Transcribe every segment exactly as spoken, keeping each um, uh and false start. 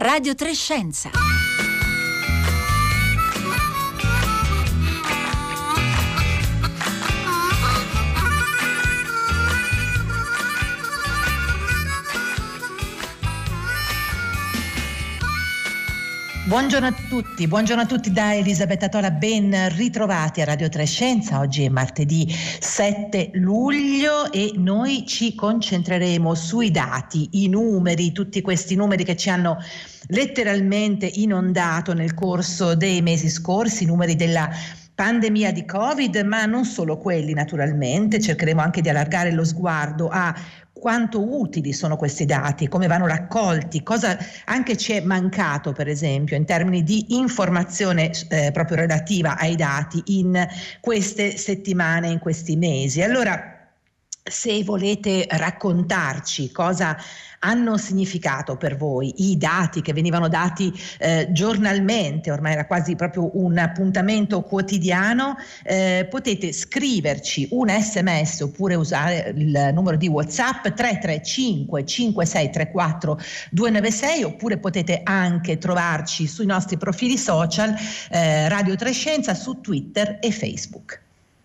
Radio tre Scienza. Buongiorno a tutti, buongiorno a tutti da Elisabetta Tola, ben ritrovati a Radio tre Scienza. Oggi è martedì sette luglio e noi ci concentreremo sui dati, i numeri, tutti questi numeri che ci hanno letteralmente inondato nel corso dei mesi scorsi, i numeri della pandemia di Covid, ma non solo quelli naturalmente. Cercheremo anche di allargare lo sguardo a quanto utili sono questi dati, come vanno raccolti, cosa anche ci è mancato per esempio in termini di informazione eh, proprio relativa ai dati in queste settimane, in questi mesi. Allora, se volete raccontarci cosa hanno significato per voi i dati che venivano dati eh, giornalmente, ormai era quasi proprio un appuntamento quotidiano, eh, potete scriverci un sms oppure usare il numero di WhatsApp tre tre cinque cinque sei tre quattro due nove sei, oppure potete anche trovarci sui nostri profili social eh, Radio tre Scienza su Twitter e Facebook.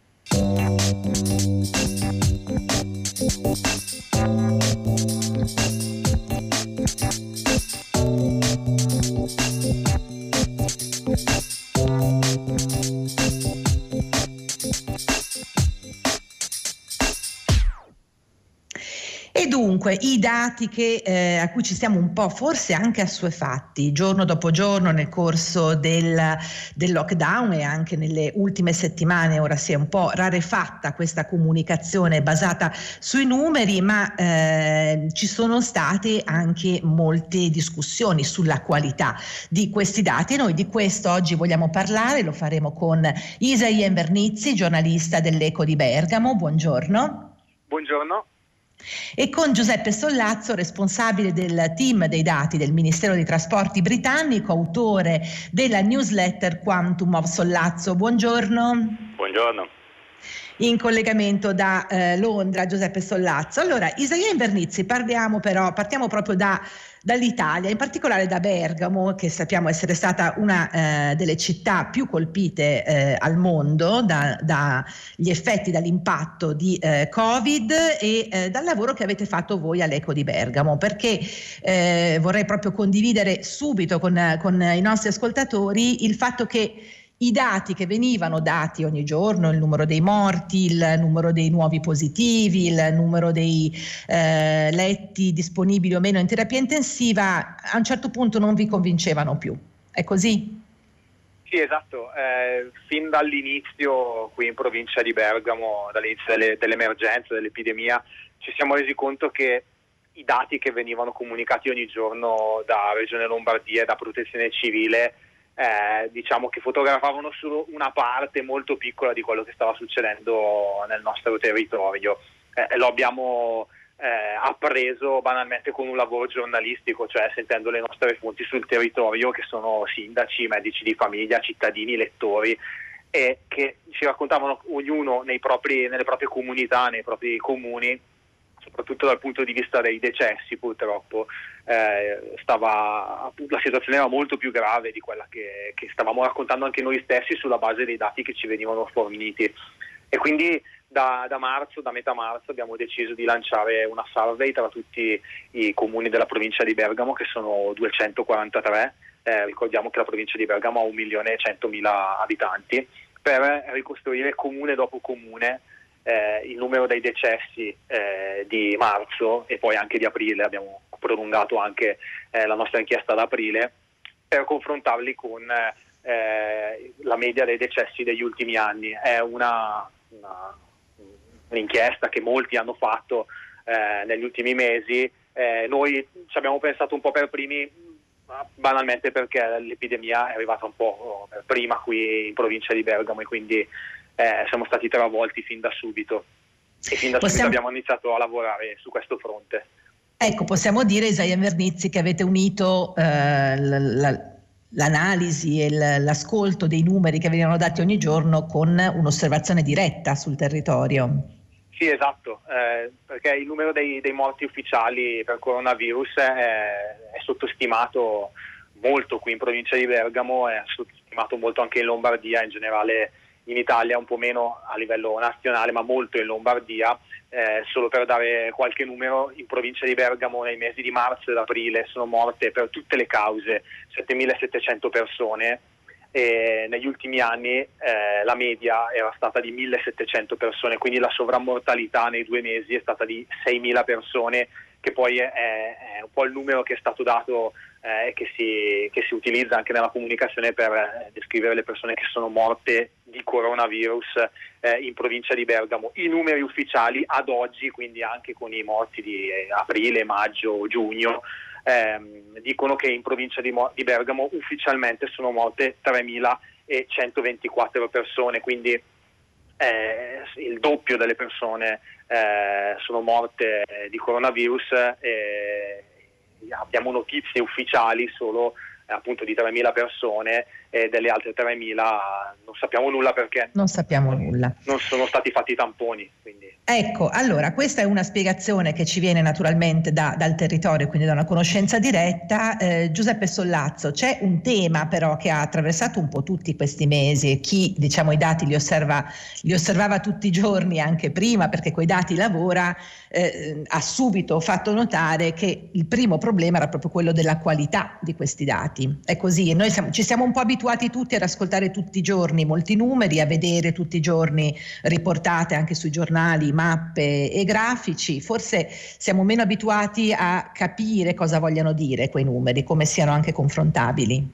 E dunque i dati che, eh, a cui ci stiamo un po' forse anche assuefatti giorno dopo giorno nel corso del, del lockdown e anche nelle ultime settimane, ora si è un po' rarefatta questa comunicazione basata sui numeri, ma eh, ci sono state anche molte discussioni sulla qualità di questi dati e noi di questo oggi vogliamo parlare. Lo faremo con Isaia Invernizzi, giornalista dell'Eco di Bergamo. Buongiorno. Buongiorno. E con Giuseppe Sollazzo, responsabile del team dei dati del Ministero dei Trasporti britannico, autore della newsletter Quantum of Sollazzo. Buongiorno. Buongiorno. In collegamento da eh, Londra, Giuseppe Sollazzo. Allora, Isaia Invernizzi, parliamo però, partiamo proprio da, dall'Italia, in particolare da Bergamo, che sappiamo essere stata una eh, delle città più colpite eh, al mondo dagli da effetti, dall'impatto di eh, Covid e eh, dal lavoro che avete fatto voi all'Eco di Bergamo, perché eh, vorrei proprio condividere subito con, con i nostri ascoltatori il fatto che i dati che venivano dati ogni giorno, il numero dei morti, il numero dei nuovi positivi, il numero dei eh, letti disponibili o meno in terapia intensiva, a un certo punto non vi convincevano più. È così? Sì, esatto. Eh, fin dall'inizio qui in provincia di Bergamo, dall'inizio delle, dell'emergenza, dell'epidemia, ci siamo resi conto che i dati che venivano comunicati ogni giorno da Regione Lombardia e da Protezione Civile Eh, diciamo che fotografavano solo una parte molto piccola di quello che stava succedendo nel nostro territorio. Eh, lo abbiamo eh, appreso banalmente con un lavoro giornalistico, cioè sentendo le nostre fonti sul territorio, che sono sindaci, medici di famiglia, cittadini, lettori, e che ci raccontavano ognuno nei propri, nelle proprie comunità, nei propri comuni, soprattutto dal punto di vista dei decessi. Purtroppo eh, stava, la situazione era molto più grave di quella che, che stavamo raccontando anche noi stessi sulla base dei dati che ci venivano forniti, e quindi da, da marzo, da metà marzo abbiamo deciso di lanciare una survey tra tutti i comuni della provincia di Bergamo, che sono duecentoquarantatré. Eh, ricordiamo che la provincia di Bergamo ha un milione e centomila abitanti, per ricostruire comune dopo comune Eh, il numero dei decessi eh, di marzo e poi anche di aprile. Abbiamo prolungato anche eh, la nostra inchiesta ad aprile per confrontarli con eh, la media dei decessi degli ultimi anni. È una, una un'inchiesta che molti hanno fatto eh, negli ultimi mesi. Eh, noi ci abbiamo pensato un po' per primi, banalmente perché l'epidemia è arrivata un po' prima qui in provincia di Bergamo, e quindi Eh, siamo stati travolti fin da subito e fin da possiamo... subito abbiamo iniziato a lavorare su questo fronte. Ecco, possiamo dire, Isaia Invernizzi, che avete unito eh, la, la, l'analisi e l'ascolto dei numeri che venivano dati ogni giorno con un'osservazione diretta sul territorio. Sì, esatto, eh, perché il numero dei, dei morti ufficiali per coronavirus è, è sottostimato molto qui in provincia di Bergamo, è sottostimato molto anche in Lombardia, in generale in Italia, un po' meno a livello nazionale, ma molto in Lombardia. Eh, solo per dare qualche numero, in provincia di Bergamo nei mesi di marzo ed aprile sono morte per tutte le cause settemilasettecento persone. E negli ultimi anni eh, la media era stata di millesettecento persone, quindi la sovrammortalità nei due mesi è stata di seimila persone, che poi è, è un po' il numero che è stato dato e eh, che, si, che si utilizza anche nella comunicazione per eh, descrivere le persone che sono morte di coronavirus eh, in provincia di Bergamo. I numeri ufficiali ad oggi, quindi anche con i morti di eh, aprile, maggio, giugno, Ehm, dicono che in provincia di, Mo- di Bergamo ufficialmente sono morte tremilacentoventiquattro persone, quindi eh, il doppio delle persone eh, sono morte di coronavirus. Eh, abbiamo notizie ufficiali solo eh, appunto di tremila persone, e delle altre tremila non sappiamo nulla perché non sappiamo nulla. Non sono stati fatti i tamponi, quindi. Ecco, allora questa è una spiegazione che ci viene naturalmente da, dal territorio, quindi da una conoscenza diretta. Eh, Giuseppe Sollazzo, c'è un tema però che ha attraversato un po' tutti questi mesi, chi diciamo i dati li osserva, li osservava tutti i giorni anche prima perché coi dati lavora, eh, ha subito fatto notare che il primo problema era proprio quello della qualità di questi dati. È così, noi siamo, ci siamo un po' abituati tutti ad ascoltare tutti i giorni molti numeri, a vedere tutti i giorni riportate anche sui giornali mappe e grafici, forse siamo meno abituati a capire cosa vogliano dire quei numeri, come siano anche confrontabili. Il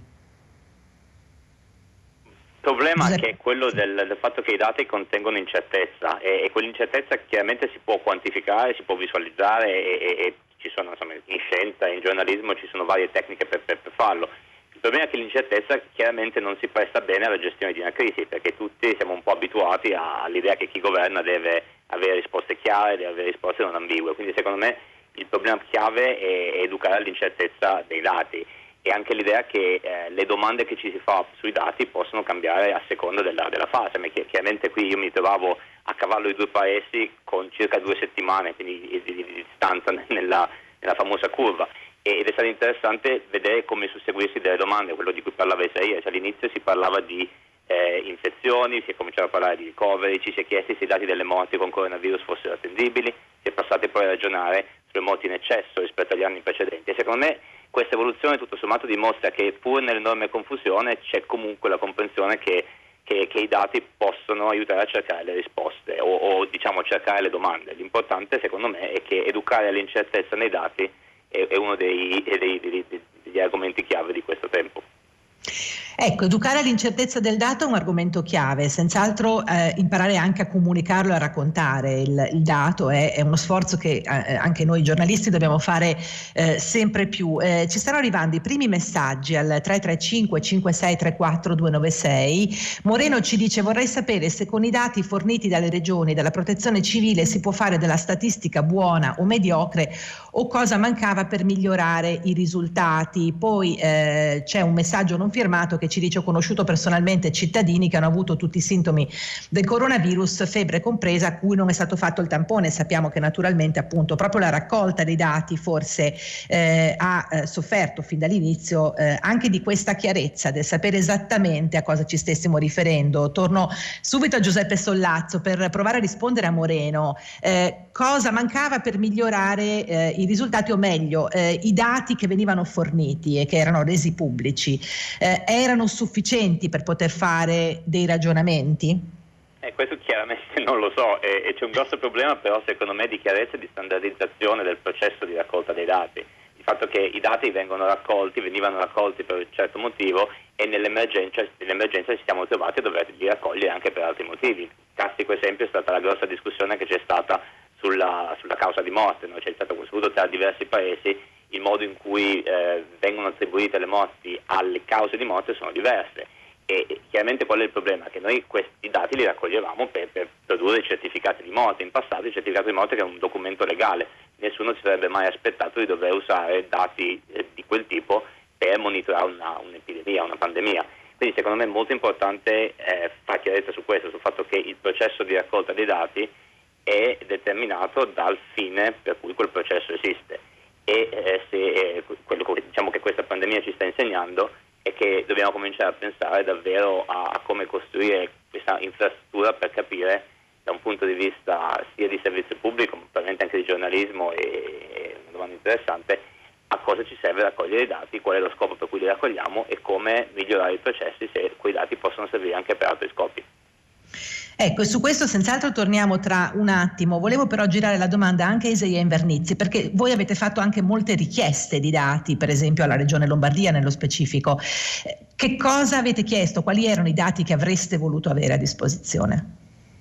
problema Giuseppe. Che è quello del, del fatto che i dati contengono incertezza e, e quell'incertezza chiaramente si può quantificare, si può visualizzare e, e, e ci sono, insomma, in scienza, in giornalismo ci sono varie tecniche per, per, per farlo. Il problema è che l'incertezza chiaramente non si presta bene alla gestione di una crisi, perché tutti siamo un po' abituati all'idea che chi governa deve avere risposte chiare, deve avere risposte non ambigue. Quindi secondo me il problema chiave è educare all'incertezza dei dati e anche l'idea che eh, le domande che ci si fa sui dati possono cambiare a seconda della, della fase. Ma chiaramente qui io mi trovavo a cavallo di due paesi con circa due settimane quindi di, di, di distanza nella, nella famosa curva. Ed è stato interessante vedere come susseguirsi delle domande, quello di cui parlava Isaia. Cioè, all'inizio si parlava di eh, infezioni, si è cominciato a parlare di ricoveri, ci si è chiesti se i dati delle morti con coronavirus fossero attendibili, si è passati poi a ragionare sulle morti in eccesso rispetto agli anni precedenti. E secondo me questa evoluzione tutto sommato dimostra che pur nell'enorme confusione c'è comunque la comprensione che, che, che i dati possono aiutare a cercare le risposte o, o diciamo cercare le domande. L'importante secondo me è che educare all'incertezza nei dati è uno dei, dei, dei, degli argomenti chiave di questo tempo. Ecco, educare all'incertezza del dato è un argomento chiave, senz'altro eh, imparare anche a comunicarlo e a raccontare il, il dato è, è uno sforzo che eh, anche noi giornalisti dobbiamo fare eh, sempre più. Eh, ci stanno arrivando i primi messaggi al tre tre cinque cinque sei tre quattro due nove sei. Moreno ci dice: vorrei sapere se con i dati forniti dalle regioni, dalla protezione civile, si può fare della statistica buona o mediocre o cosa mancava per migliorare i risultati. Poi eh, c'è un messaggio non firmato che ci dice: ho conosciuto personalmente cittadini che hanno avuto tutti i sintomi del coronavirus, febbre compresa, a cui non è stato fatto il tampone. Sappiamo che naturalmente appunto proprio la raccolta dei dati forse eh, ha eh, sofferto fin dall'inizio eh, anche di questa chiarezza del sapere esattamente a cosa ci stessimo riferendo. Torno subito a Giuseppe Sollazzo per provare a rispondere a Moreno. Eh, cosa mancava per migliorare eh, i risultati, o meglio eh, i dati che venivano forniti e che erano resi pubblici eh, erano sufficienti per poter fare dei ragionamenti? Eh, questo chiaramente non lo so e, e c'è un grosso problema però secondo me di chiarezza e di standardizzazione del processo di raccolta dei dati. Il fatto che i dati vengono raccolti, venivano raccolti per un certo motivo e nell'emergenza, nell'emergenza ci siamo trovati a doverli raccogliere anche per altri motivi. Il classico esempio è stata la grossa discussione che c'è stata sulla, sulla causa di morte, no? C'è stato questo tra diversi paesi, il modo in cui eh, vengono attribuite le morti alle cause di morte sono diverse e chiaramente qual è il problema? Che noi questi dati li raccoglievamo per, per produrre i certificati di morte. In passato il certificato di morte era un documento legale, nessuno si sarebbe mai aspettato di dover usare dati eh, di quel tipo per monitorare una, un'epidemia, una pandemia. Quindi secondo me è molto importante eh, fare chiarezza su questo, sul fatto che il processo di raccolta dei dati è determinato dal fine per cui quel processo esiste. E eh, se eh, quello che diciamo che questa pandemia ci sta insegnando è che dobbiamo cominciare a pensare davvero a, a come costruire questa infrastruttura per capire da un punto di vista sia di servizio pubblico, ma probabilmente anche di giornalismo, e una domanda interessante, a cosa ci serve raccogliere i dati, qual è lo scopo per cui li raccogliamo e come migliorare i processi se quei dati possono servire anche per altri scopi. Ecco, su questo senz'altro torniamo tra un attimo. Volevo però girare la domanda anche a Isaia Invernizzi, perché voi avete fatto anche molte richieste di dati, per esempio alla Regione Lombardia nello specifico. Che cosa avete chiesto? Quali erano i dati che avreste voluto avere a disposizione?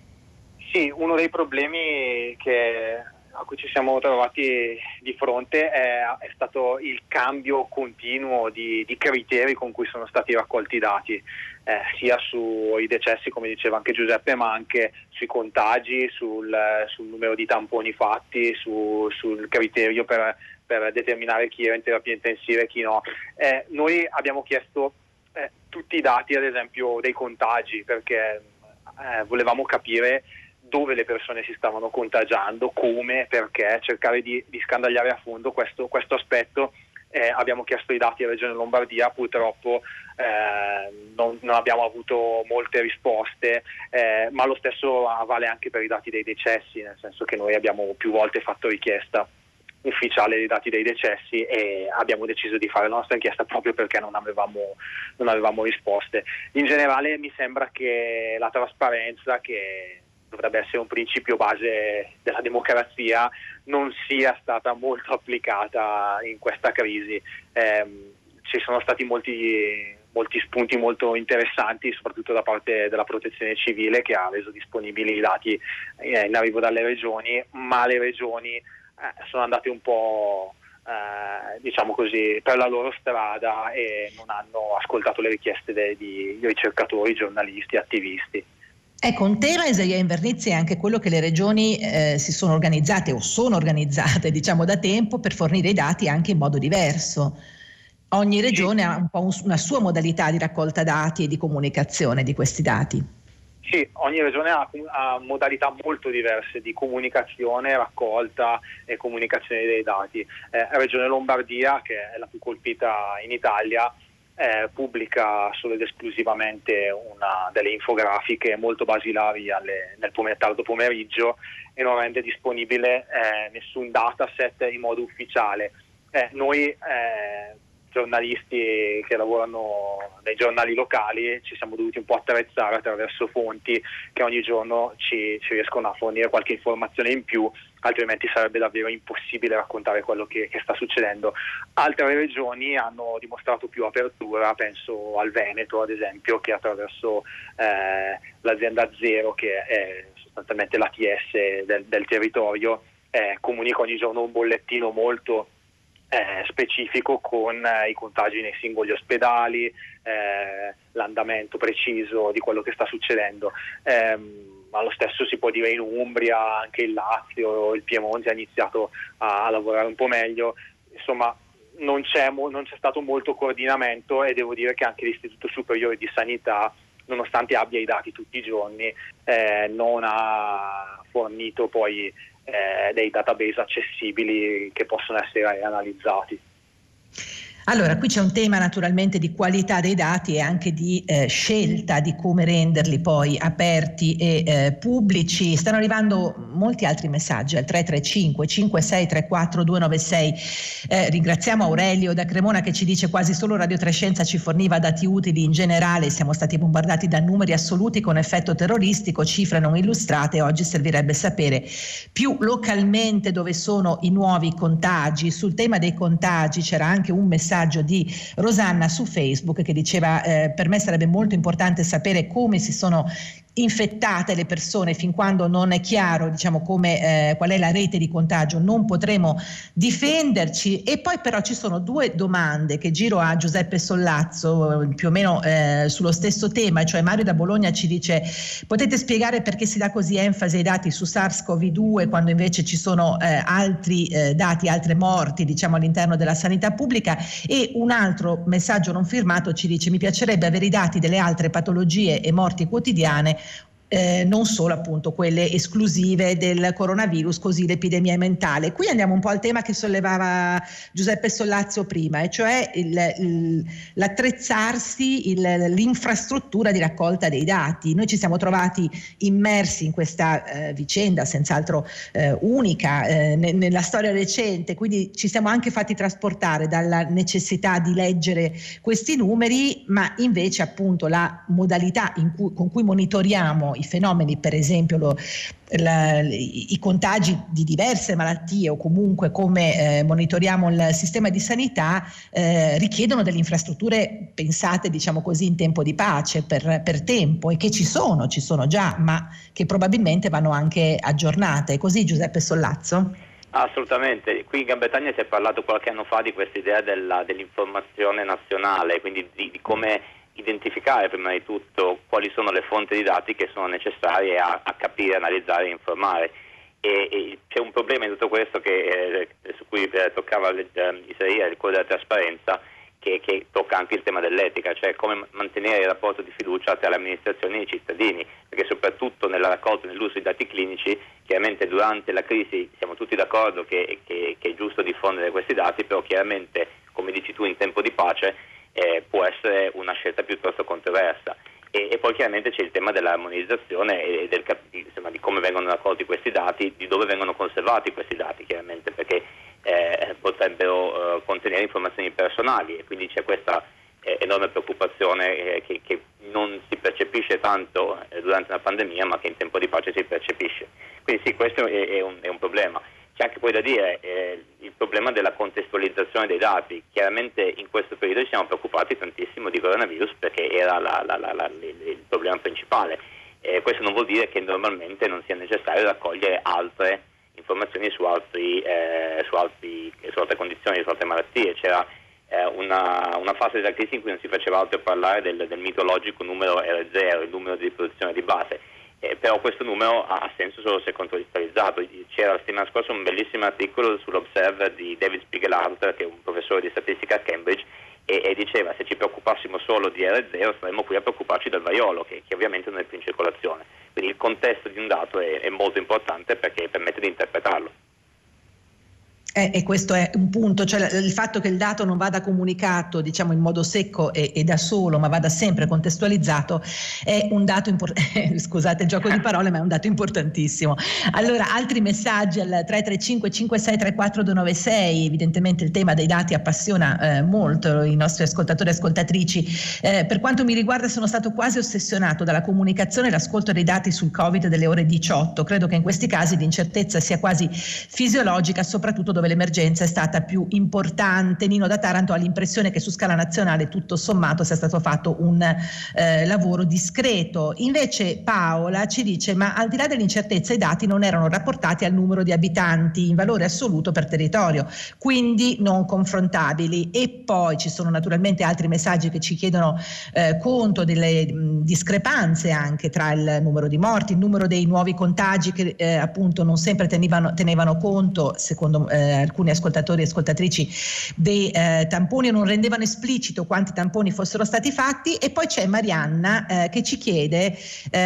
Sì, uno dei problemi che, a cui ci siamo trovati di fronte è, è stato il cambio continuo di, di criteri con cui sono stati raccolti i dati, eh, sia sui decessi, come diceva anche Giuseppe, ma anche sui contagi, sul, sul numero di tamponi fatti, su, sul criterio per, per determinare chi era in terapia intensiva e chi no. Eh, noi abbiamo chiesto eh, tutti i dati, ad esempio, dei contagi, perché eh, volevamo capire dove le persone si stavano contagiando, come, perché, cercare di, di scandagliare a fondo questo, questo aspetto. Eh, abbiamo chiesto i dati alla Regione Lombardia, purtroppo eh, non, non abbiamo avuto molte risposte, eh, ma lo stesso vale anche per i dati dei decessi, nel senso che noi abbiamo più volte fatto richiesta ufficiale dei dati dei decessi e abbiamo deciso di fare la nostra inchiesta proprio perché non avevamo, non avevamo risposte. In generale mi sembra che la trasparenza, che dovrebbe essere un principio base della democrazia, non sia stata molto applicata in questa crisi. Eh, ci sono stati molti, molti spunti molto interessanti, soprattutto da parte della Protezione Civile, che ha reso disponibili i dati eh, in arrivo dalle regioni, ma le regioni eh, sono andate un po' eh, diciamo così per la loro strada e non hanno ascoltato le richieste de- di ricercatori, giornalisti, attivisti. Ecco, un tema, Isaia Invernizzi, è anche quello che le regioni eh, si sono organizzate o sono organizzate, diciamo, da tempo per fornire i dati anche in modo diverso. Ogni regione sì. ha un po' un, una sua modalità di raccolta dati e di comunicazione di questi dati. Sì, ogni regione ha, ha modalità molto diverse di comunicazione, raccolta e comunicazione dei dati. Eh, la Regione Lombardia, che è la più colpita in Italia, Eh, pubblica solo ed esclusivamente una delle infografiche molto basilari alle, nel pom- tardo pomeriggio e non rende disponibile eh, nessun dataset in modo ufficiale. Eh, noi eh, giornalisti che lavorano nei giornali locali ci siamo dovuti un po' attrezzare attraverso fonti che ogni giorno ci, ci riescono a fornire qualche informazione in più, altrimenti sarebbe davvero impossibile raccontare quello che, che sta succedendo. Altre regioni hanno dimostrato più apertura, penso al Veneto ad esempio, che attraverso eh, l'azienda Zero, che è sostanzialmente l'A T S del, del territorio, eh, comunica ogni giorno un bollettino molto eh, specifico con eh, i contagi nei singoli ospedali, eh, l'andamento preciso di quello che sta succedendo. Eh, ma lo stesso si può dire in Umbria, anche il Lazio, il Piemonte ha iniziato a, a lavorare un po' meglio. Insomma, non c'è, non c'è stato molto coordinamento e devo dire che anche l'Istituto Superiore di Sanità, nonostante abbia i dati tutti i giorni, eh, non ha fornito poi eh, dei database accessibili che possono essere analizzati. Allora, qui c'è un tema naturalmente di qualità dei dati e anche di eh, scelta di come renderli poi aperti e eh, pubblici. Stanno arrivando molti altri messaggi al tre tre cinque cinque sei tre quattro due nove sei. Eh, ringraziamo Aurelio da Cremona che ci dice: quasi solo Radio tre Scienza ci forniva dati utili in generale, siamo stati bombardati da numeri assoluti con effetto terroristico, cifre non illustrate, oggi servirebbe sapere più localmente dove sono i nuovi contagi. Sul tema dei contagi c'era anche un messaggio di Rosanna su Facebook che diceva eh, per me sarebbe molto importante sapere come si sono infettate le persone. Fin quando non è chiaro, diciamo, come eh, qual è la rete di contagio, non potremo difenderci. E poi però ci sono due domande che giro a Giuseppe Sollazzo più o meno eh, sullo stesso tema, cioè Mario da Bologna ci dice: potete spiegare perché si dà così enfasi ai dati su SARS-CoV due quando invece ci sono eh, altri eh, dati, altre morti, diciamo, all'interno della sanità pubblica? E un altro messaggio non firmato ci dice: mi piacerebbe avere i dati delle altre patologie e morti quotidiane eh, non solo appunto quelle esclusive del coronavirus, così l'epidemia mentale. Qui andiamo un po' al tema che sollevava Giuseppe Sollazzo prima, e cioè il, il, l'attrezzarsi, il, l'infrastruttura di raccolta dei dati. Noi ci siamo trovati immersi in questa eh, vicenda senz'altro eh, unica eh, ne, nella storia recente, quindi ci siamo anche fatti trasportare dalla necessità di leggere questi numeri, ma invece appunto la modalità in cui, con cui monitoriamo i fenomeni, per esempio lo, la, i contagi di diverse malattie, o comunque come eh, monitoriamo il sistema di sanità, eh, richiedono delle infrastrutture pensate, diciamo così, in tempo di pace, per, per tempo, e che ci sono, ci sono già, ma che probabilmente vanno anche aggiornate. Così, Giuseppe Sollazzo? Assolutamente, qui in Gran Bretagna si è parlato qualche anno fa di questa idea della, dell'informazione nazionale, quindi di, di come identificare prima di tutto quali sono le fonti di dati che sono necessarie a, a capire, analizzare e informare. E, e c'è un problema in tutto questo che, eh, su cui eh, toccava eh, Isaia, il quello della trasparenza, che, che tocca anche il tema dell'etica, cioè come mantenere il rapporto di fiducia tra le amministrazioni e i cittadini, perché soprattutto nella raccolta e nell'uso di dati clinici, chiaramente durante la crisi siamo tutti d'accordo che, che, che è giusto diffondere questi dati, però chiaramente, come dici tu, in tempo di pace eh, può essere una scelta piuttosto controversa. E, e poi chiaramente c'è il tema dell'armonizzazione e del, insomma, di come vengono raccolti questi dati, di dove vengono conservati questi dati, chiaramente, perché eh, potrebbero eh, contenere informazioni personali, e quindi c'è questa eh, enorme preoccupazione eh, che, che non si percepisce tanto eh, durante una pandemia, ma che in tempo di pace si percepisce. Quindi sì, questo è, è, un, è un problema. C'è anche poi da dire eh, il problema della contestualizzazione dei dati. Chiaramente in questo periodo ci siamo preoccupati tantissimo di coronavirus, perché era la, la, la, la, il problema principale. Eh, questo non vuol dire che normalmente non sia necessario raccogliere altre informazioni su, altri, eh, su, altri, su altre condizioni, su altre malattie. C'era eh, una, una fase della crisi in cui non si faceva altro parlare del, del mitologico numero erre zero, il numero di riproduzione di base. Eh, però questo numero ha senso solo se contestualizzato. C'era la settimana scorsa un bellissimo articolo sull'Observer di David Spiegelhalter, che è un professore di statistica a Cambridge, e, e diceva: se ci preoccupassimo solo di erre zero saremmo qui a preoccuparci del vaiolo, che, che ovviamente non è più in circolazione. Quindi il contesto di un dato è, è molto importante, perché permette di interpretarlo. Eh, e questo è un punto, cioè il fatto che il dato non vada comunicato, diciamo, in modo secco e, e da solo, ma vada sempre contestualizzato, è un dato importante. Scusate il gioco di parole, ma è un dato importantissimo. Allora, altri messaggi al tre tre cinque cinque sei tre quattro due nove sei. Evidentemente il tema dei dati appassiona eh, molto i nostri ascoltatori e ascoltatrici. Eh, per quanto mi riguarda, sono stato quasi ossessionato dalla comunicazione e l'ascolto dei dati sul Covid delle ore diciotto. Credo che in questi casi l'incertezza sia quasi fisiologica, soprattutto dove l'emergenza è stata più importante. Nino da Taranto ha l'impressione che su scala nazionale tutto sommato sia stato fatto un eh, lavoro discreto. Invece Paola ci dice: ma al di là dell'incertezza i dati non erano rapportati al numero di abitanti in valore assoluto per territorio, quindi non confrontabili. E poi ci sono naturalmente altri messaggi che ci chiedono eh, conto delle mh, discrepanze anche tra il numero di morti, il numero dei nuovi contagi, che eh, appunto non sempre tenevano, tenevano conto, secondo eh, alcuni ascoltatori e ascoltatrici, dei eh, tamponi, non rendevano esplicito quanti tamponi fossero stati fatti. E poi c'è Marianna eh, che ci chiede: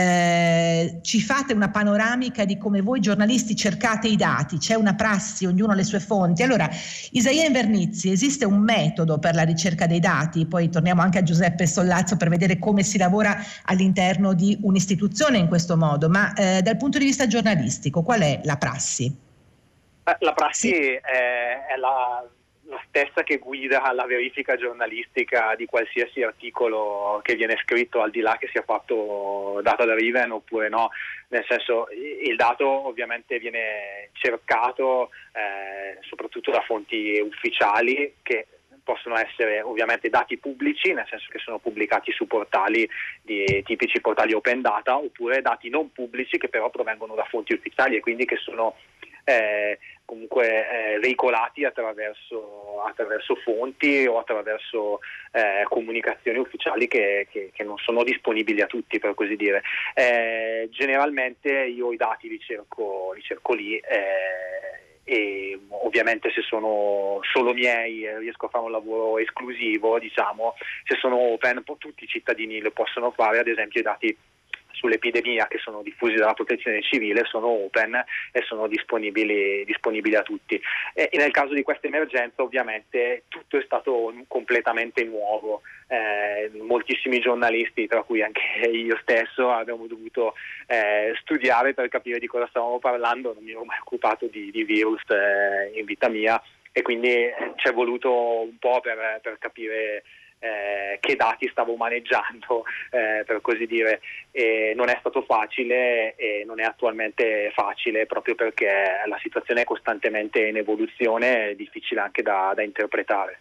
eh, ci fate una panoramica di come voi giornalisti cercate i dati? C'è una prassi, ognuno ha le sue fonti? Allora, Isaia Invernizzi, esiste un metodo per la ricerca dei dati? Poi torniamo anche a Giuseppe Sollazzo per vedere come si lavora all'interno di un'istituzione in questo modo, ma eh, dal punto di vista giornalistico qual è la prassi? La prassi Sì. è, è la, la stessa che guida la verifica giornalistica di qualsiasi articolo che viene scritto, al di là che sia fatto data da Riven oppure no. Nel senso, il dato ovviamente viene cercato eh, soprattutto da fonti ufficiali, che possono essere ovviamente dati pubblici, nel senso che sono pubblicati su portali di tipici portali open data, oppure dati non pubblici che però provengono da fonti ufficiali e quindi che sono eh, comunque eh, veicolati attraverso, attraverso fonti o attraverso eh, comunicazioni ufficiali che, che, che non sono disponibili a tutti, per così dire. Eh, generalmente io i dati li cerco, li cerco lì, eh, e ovviamente se sono solo miei riesco a fare un lavoro esclusivo, diciamo. Se sono open tutti i cittadini lo possono fare. Ad esempio i dati sull'epidemia che sono diffusi dalla protezione civile sono open e sono disponibili, disponibili a tutti. E nel caso di questa emergenza ovviamente tutto è stato completamente nuovo, eh, moltissimi giornalisti, tra cui anche io stesso, abbiamo dovuto eh, studiare per capire di cosa stavamo parlando. Non mi ero mai occupato di, di virus eh, in vita mia e quindi ci è voluto un po' per, per capire Eh, che dati stavo maneggiando, eh, per così dire. E non è stato facile e non è attualmente facile proprio perché la situazione è costantemente in evoluzione, è difficile anche da, da interpretare.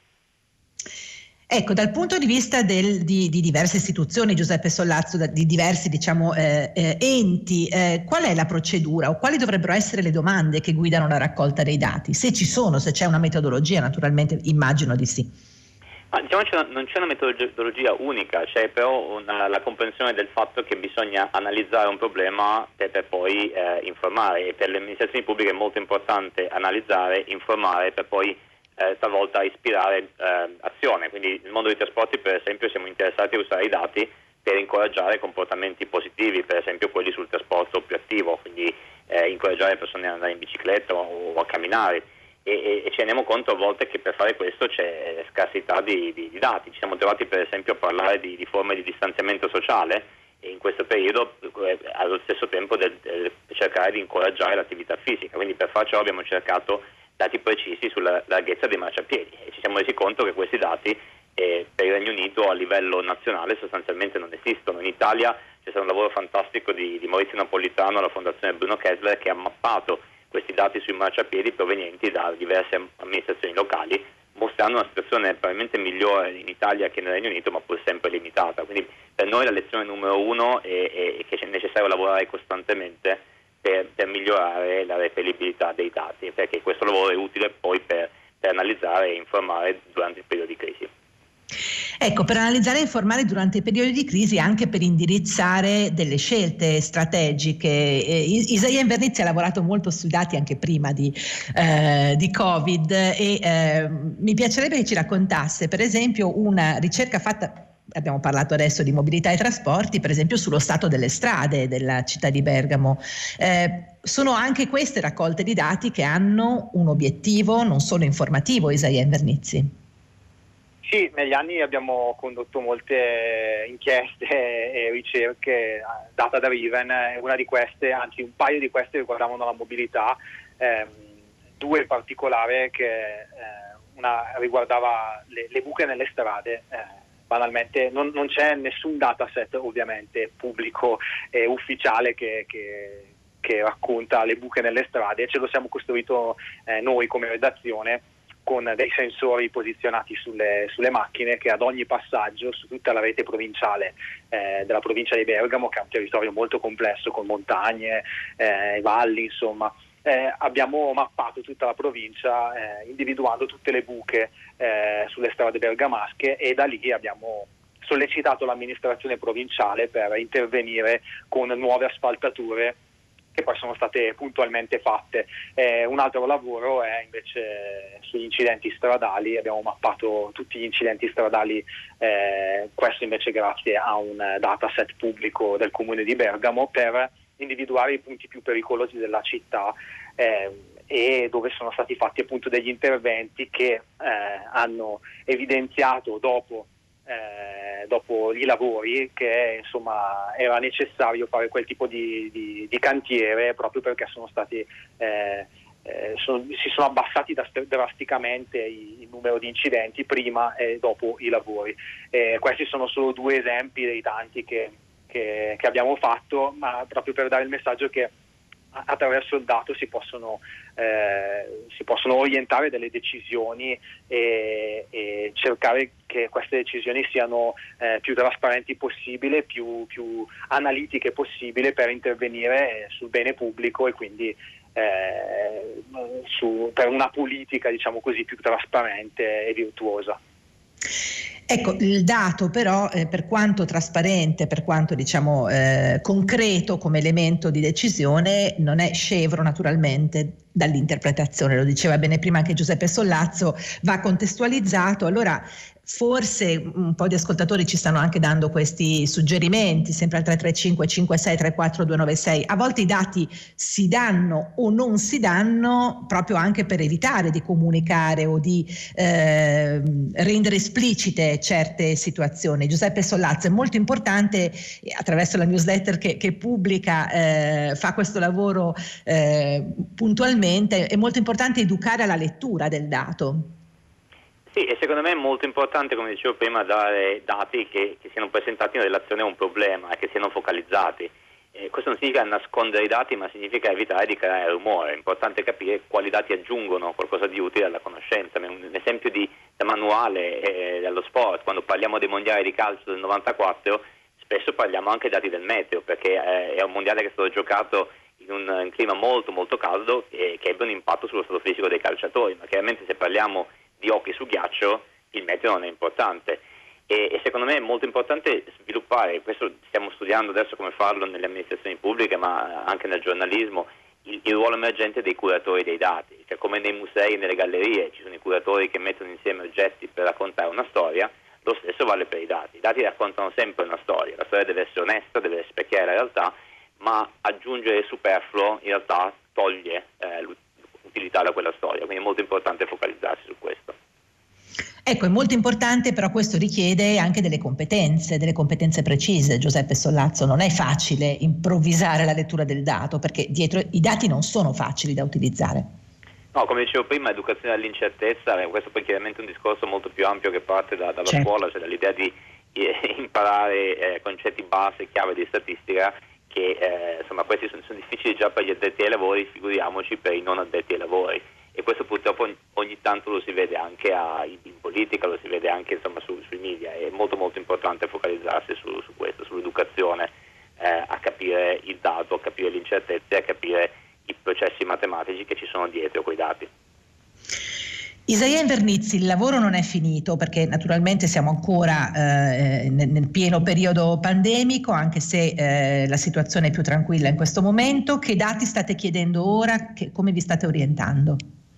Ecco, dal punto di vista del, di, di diverse istituzioni, Giuseppe Sollazzo, di diversi diciamo eh, eh, enti, eh, qual è la procedura o quali dovrebbero essere le domande che guidano la raccolta dei dati? Se ci sono, se c'è una metodologia, naturalmente immagino di sì. Ma diciamo che non c'è una metodologia unica, c'è però una, la comprensione del fatto che bisogna analizzare un problema per, per poi eh, informare, e per le amministrazioni pubbliche è molto importante analizzare, informare per poi eh, talvolta ispirare eh, azione. Quindi nel mondo dei trasporti per esempio siamo interessati a usare i dati per incoraggiare comportamenti positivi, per esempio quelli sul trasporto più attivo, quindi eh, incoraggiare le persone ad andare in bicicletta o, o a camminare. E, e ci rendiamo conto a volte che per fare questo c'è scarsità di, di, di dati. Ci siamo trovati per esempio a parlare di, di forme di distanziamento sociale e in questo periodo eh, allo stesso tempo del, del cercare di incoraggiare l'attività fisica. Quindi per far ciò abbiamo cercato dati precisi sulla larghezza dei marciapiedi e ci siamo resi conto che questi dati eh, per il Regno Unito a livello nazionale sostanzialmente non esistono. In Italia c'è stato un lavoro fantastico di, di Maurizio Napolitano alla Fondazione Bruno Kessler che ha mappato questi dati sui marciapiedi provenienti da diverse amministrazioni locali, mostrando una situazione probabilmente migliore in Italia che nel Regno Unito, ma pur sempre limitata. Quindi per noi la lezione numero uno è, è che è necessario lavorare costantemente per, per migliorare la reperibilità dei dati, perché questo lavoro è utile poi per, per analizzare e informare durante il periodo di crisi. Ecco, per analizzare e informare durante i periodi di crisi, anche per indirizzare delle scelte strategiche. Eh, Isaia Invernizzi ha lavorato molto sui dati anche prima di, eh, di Covid e eh, mi piacerebbe che ci raccontasse per esempio una ricerca fatta, abbiamo parlato adesso di mobilità e trasporti, per esempio sullo stato delle strade della città di Bergamo. Eh, sono anche queste raccolte di dati che hanno un obiettivo non solo informativo, Isaia Invernizzi. Sì, negli anni abbiamo condotto molte inchieste e ricerche, data driven, una di queste, anzi un paio di queste riguardavano la mobilità, ehm, due in particolare che eh, una riguardava le, le buche nelle strade. Eh, banalmente non, non c'è nessun dataset ovviamente pubblico e ufficiale che, che, che racconta le buche nelle strade, ce lo siamo costruito eh, noi come redazione con dei sensori posizionati sulle, sulle macchine che ad ogni passaggio su tutta la rete provinciale eh, della provincia di Bergamo, che è un territorio molto complesso con montagne, eh, valli, insomma, eh, abbiamo mappato tutta la provincia eh, individuando tutte le buche eh, sulle strade bergamasche e da lì abbiamo sollecitato l'amministrazione provinciale per intervenire con nuove asfaltature che poi sono state puntualmente fatte. Eh, un altro lavoro è invece sugli incidenti stradali, abbiamo mappato tutti gli incidenti stradali, eh, questo invece grazie a un dataset pubblico del comune di Bergamo per individuare i punti più pericolosi della città eh, e dove sono stati fatti appunto degli interventi che eh, hanno evidenziato dopo Eh, dopo i lavori che insomma era necessario fare quel tipo di, di, di cantiere proprio perché sono stati eh, eh, sono, si sono abbassati drasticamente il, il numero di incidenti prima e dopo i lavori. Eh, questi sono solo due esempi dei tanti che, che, che abbiamo fatto, ma proprio per dare il messaggio che attraverso il dato si possono, eh, si possono orientare delle decisioni e, e cercare che queste decisioni siano eh, più trasparenti possibile, più, più analitiche possibile per intervenire sul bene pubblico e quindi eh, su, per una politica, diciamo così, più trasparente e virtuosa. Ecco, il dato però eh, per quanto trasparente, per quanto diciamo eh, concreto come elemento di decisione, non è scevro naturalmente dall'interpretazione, lo diceva bene prima anche Giuseppe Sollazzo, va contestualizzato. Allora forse un po' di ascoltatori ci stanno anche dando questi suggerimenti, sempre al tre tre cinque cinque sei tre quattro due nove sei. A volte i dati si danno o non si danno proprio anche per evitare di comunicare o di eh, rendere esplicite certe situazioni. Giuseppe Sollazzo, è molto importante, attraverso la newsletter che, che pubblica, eh, fa questo lavoro eh, puntualmente, è molto importante educare alla lettura del dato. Sì, e secondo me è molto importante, come dicevo prima, dare dati che, che siano presentati in relazione a un problema e che siano focalizzati. Eh, questo non significa nascondere i dati, ma significa evitare di creare rumore. È importante capire quali dati aggiungono qualcosa di utile alla conoscenza. Un esempio di, da manuale eh, dello sport: quando parliamo dei mondiali di calcio del novantaquattro, spesso parliamo anche dei dati del meteo, perché eh, è un mondiale che è stato giocato in un, un clima molto molto caldo e che ebbe un impatto sullo stato fisico dei calciatori, ma chiaramente se parliamo di hockey su ghiaccio il meteo non è importante. E, e secondo me è molto importante sviluppare, questo stiamo studiando adesso come farlo nelle amministrazioni pubbliche ma anche nel giornalismo, il, il ruolo emergente dei curatori dei dati, cioè come nei musei e nelle gallerie ci sono i curatori che mettono insieme oggetti per raccontare una storia, lo stesso vale per i dati. I dati raccontano sempre una storia, la storia deve essere onesta, deve rispecchiare la realtà, ma aggiungere superfluo in realtà toglie eh, l'utilità da quella storia, quindi è molto importante focalizzarsi su questo. Ecco, è molto importante, però questo richiede anche delle competenze, delle competenze precise. Giuseppe Sollazzo, non è facile improvvisare la lettura del dato, perché dietro i dati non sono facili da utilizzare. No, come dicevo prima, educazione all'incertezza, eh, questo poi chiaramente è un discorso molto più ampio che parte da, dalla certo. scuola, cioè dall'idea di eh, imparare eh, concetti base, chiave di statistica, che eh, insomma questi sono, sono difficili già per gli addetti ai lavori, figuriamoci per i non addetti ai lavori. E questo purtroppo ogni, ogni tanto lo si vede anche a, in politica, lo si vede anche insomma su, sui media. È molto molto importante focalizzarsi su, su questo, sull'educazione, eh, a capire il dato, a capire l'incertezza e a capire i processi matematici che ci sono dietro quei dati. Isaia Invernizzi, il lavoro non è finito, perché naturalmente siamo ancora eh, nel, nel pieno periodo pandemico, anche se eh, la situazione è più tranquilla in questo momento. Che dati state chiedendo ora? Che, come vi state orientando?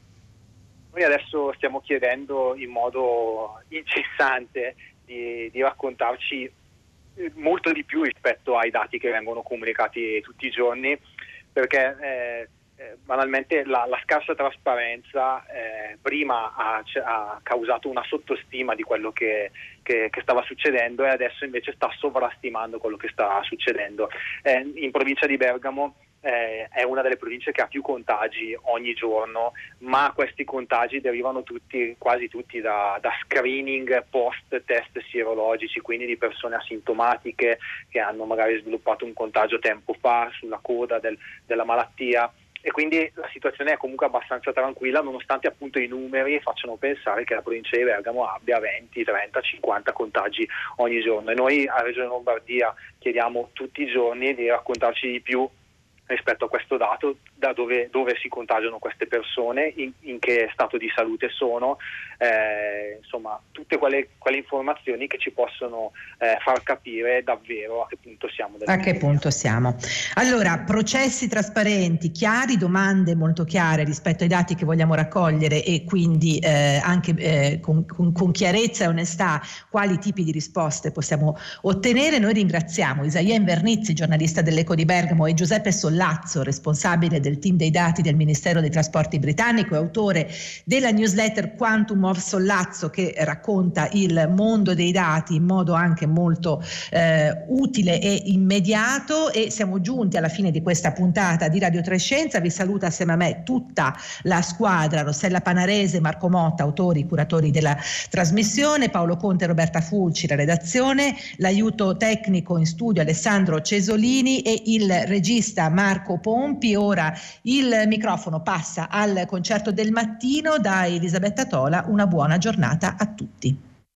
Noi adesso stiamo chiedendo in modo incessante di, di raccontarci molto di più rispetto ai dati che vengono comunicati tutti i giorni, perché eh, eh, banalmente la, la scarsa trasparenza eh, prima ha, ha causato una sottostima di quello che, che, che stava succedendo, e adesso invece sta sovrastimando quello che sta succedendo. Eh, in provincia di Bergamo Eh, è una delle province che ha più contagi ogni giorno, ma questi contagi derivano tutti, quasi tutti da, da screening post test sierologici, quindi di persone asintomatiche che hanno magari sviluppato un contagio tempo fa sulla coda del, della malattia, e quindi la situazione è comunque abbastanza tranquilla, nonostante appunto i numeri facciano pensare che la provincia di Bergamo abbia venti, trenta, cinquanta contagi ogni giorno. E noi a Regione Lombardia chiediamo tutti i giorni di raccontarci di più rispetto a questo dato, da dove, dove si contagiano queste persone, in, in che stato di salute sono, eh, insomma tutte quelle, quelle informazioni che ci possono eh, far capire davvero a che punto siamo. A che punto siamo. Allora, processi trasparenti, chiari, domande molto chiare rispetto ai dati che vogliamo raccogliere, e quindi eh, anche eh, con, con, con chiarezza e onestà quali tipi di risposte possiamo ottenere. Noi ringraziamo Isaia Invernizzi, giornalista dell'Eco di Bergamo, e Giuseppe Sollazzo, responsabile del team dei dati del Ministero dei Trasporti britannico e autore della newsletter Quantum of Sollazzo, che racconta il mondo dei dati in modo anche molto eh, utile e immediato. E siamo giunti alla fine di questa puntata di Radio Trescenza. Vi saluta assieme a me tutta la squadra: Rossella Panarese, Marco Motta, autori, curatori della trasmissione, Paolo Conte e Roberta Fulci, la redazione, l'aiuto tecnico in studio Alessandro Cesolini e il regista Marco Pompi. Ora il microfono passa al Concerto del Mattino da Elisabetta Tola. Una buona giornata a tutti.